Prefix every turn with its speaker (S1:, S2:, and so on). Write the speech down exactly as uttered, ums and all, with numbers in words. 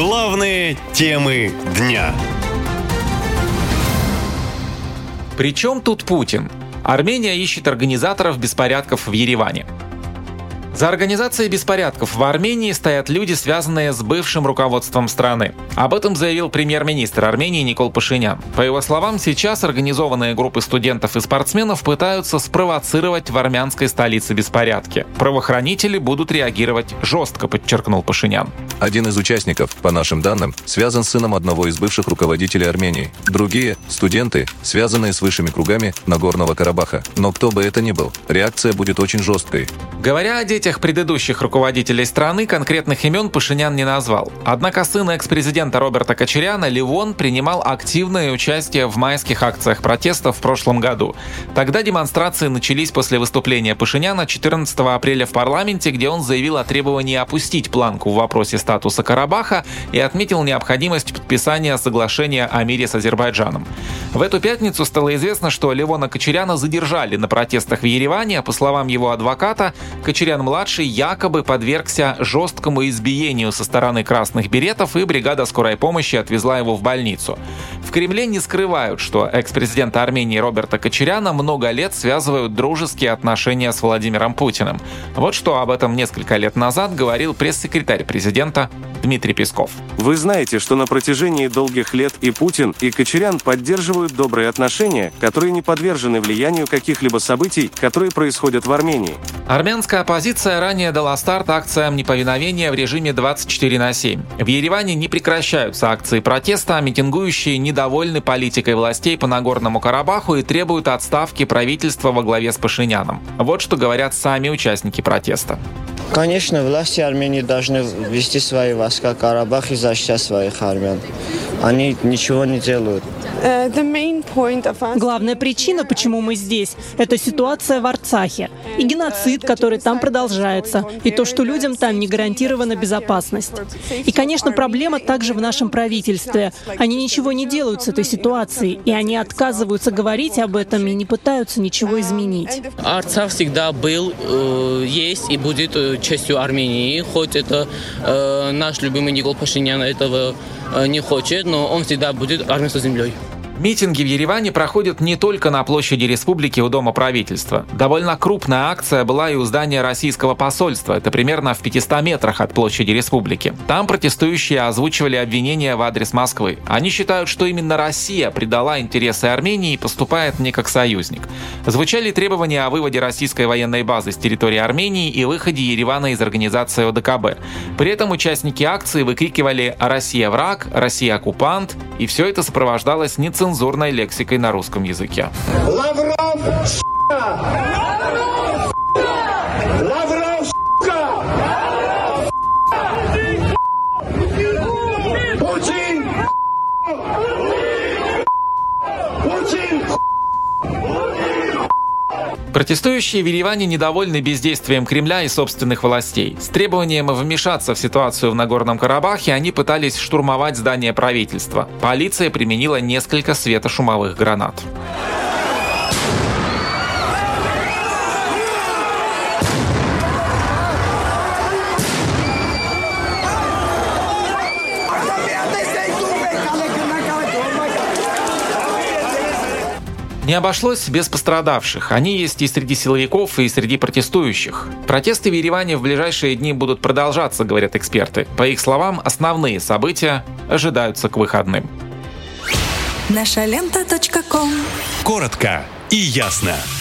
S1: Главные темы дня.
S2: Причем тут Путин? Армения ищет организаторов беспорядков в Ереване. За организацией беспорядков в Армении стоят люди, связанные с бывшим руководством страны. Об этом заявил премьер-министр Армении Никол Пашинян. По его словам, сейчас организованные группы студентов и спортсменов пытаются спровоцировать в армянской столице беспорядки. Правоохранители будут реагировать жестко, подчеркнул Пашинян.
S3: Один из участников, по нашим данным, связан с сыном одного из бывших руководителей Армении. Другие – студенты, связанные с высшими кругами Нагорного Карабаха. Но кто бы это ни был, реакция будет очень жесткой.
S2: Говоря о детях предыдущих руководителей страны, конкретных имен Пашинян не назвал. Однако сын экс-президента Роберта Кочаряна, Левон, принимал активное участие в майских акциях протеста в прошлом году. Тогда демонстрации начались после выступления Пашиняна четырнадцатого апреля в парламенте, где он заявил о требовании опустить планку в вопросе статуса Карабаха и отметил необходимость подписания соглашения о мире с Азербайджаном. В эту пятницу стало известно, что Левона Кочаряна задержали на протестах в Ереване, а по словам его адвоката, Кочарян-младший якобы подвергся жесткому избиению со стороны красных беретов, и бригада скорой помощи отвезла его в больницу. В Кремле не скрывают, что экс-президента Армении Роберта Кочаряна много лет связывают дружеские отношения с Владимиром Путиным. Вот что об этом несколько лет назад говорил пресс-секретарь президента Дмитрий Песков.
S4: Вы знаете, что на протяжении долгих лет и Путин, и Кочарян поддерживают добрые отношения, которые не подвержены влиянию каких-либо событий, которые происходят в Армении.
S2: Армянская оппозиция ранее дала старт акциям неповиновения в режиме двадцать четыре на семь. В Ереване не прекращаются акции протеста, а митингующие недовольны политикой властей по Нагорному Карабаху и требуют отставки правительства во главе с Пашиняном. Вот что говорят сами участники протеста.
S5: Конечно, власти Армении должны вести свои войска в Карабах и защищать своих армян. Они ничего не делают.
S6: Главная причина, почему мы здесь, это ситуация в Арцахе и геноцид, который там продолжается, и то, что людям там не гарантирована безопасность. И, конечно, проблема также в нашем правительстве. Они ничего не делают с этой ситуацией, и они отказываются говорить об этом и не пытаются ничего изменить.
S7: Арцах всегда был, э, есть и будет частью Армении, хоть это э, наш любимый Никол Пашинян этого э, не хочет, но он всегда будет армянской землей.
S2: Митинги в Ереване проходят не только на площади Республики у Дома правительства. Довольно крупная акция была и у здания российского посольства. Это примерно в пятистах метрах от площади Республики. Там протестующие озвучивали обвинения в адрес Москвы. Они считают, что именно Россия предала интересы Армении и поступает не как союзник. Звучали требования о выводе российской военной базы с территории Армении и выходе Еревана из организации о дэ ка бэ. При этом участники акции выкрикивали «Россия враг», «Россия оккупант», и все это сопровождалось нецензурной цензурной лексикой на русском языке.
S8: Лавров, с***ка! Лавров, с***ка! Путин! Путин!
S2: Протестующие в Ереване недовольны бездействием Кремля и собственных властей. С требованием вмешаться в ситуацию в Нагорном Карабахе они пытались штурмовать здание правительства. Полиция применила несколько светошумовых гранат. Не обошлось без пострадавших. Они есть и среди силовиков, и среди протестующих. Протесты в Ереване в ближайшие дни будут продолжаться, говорят эксперты. По их словам, основные события ожидаются к выходным.
S9: наша лента точка ком.
S1: Коротко и ясно.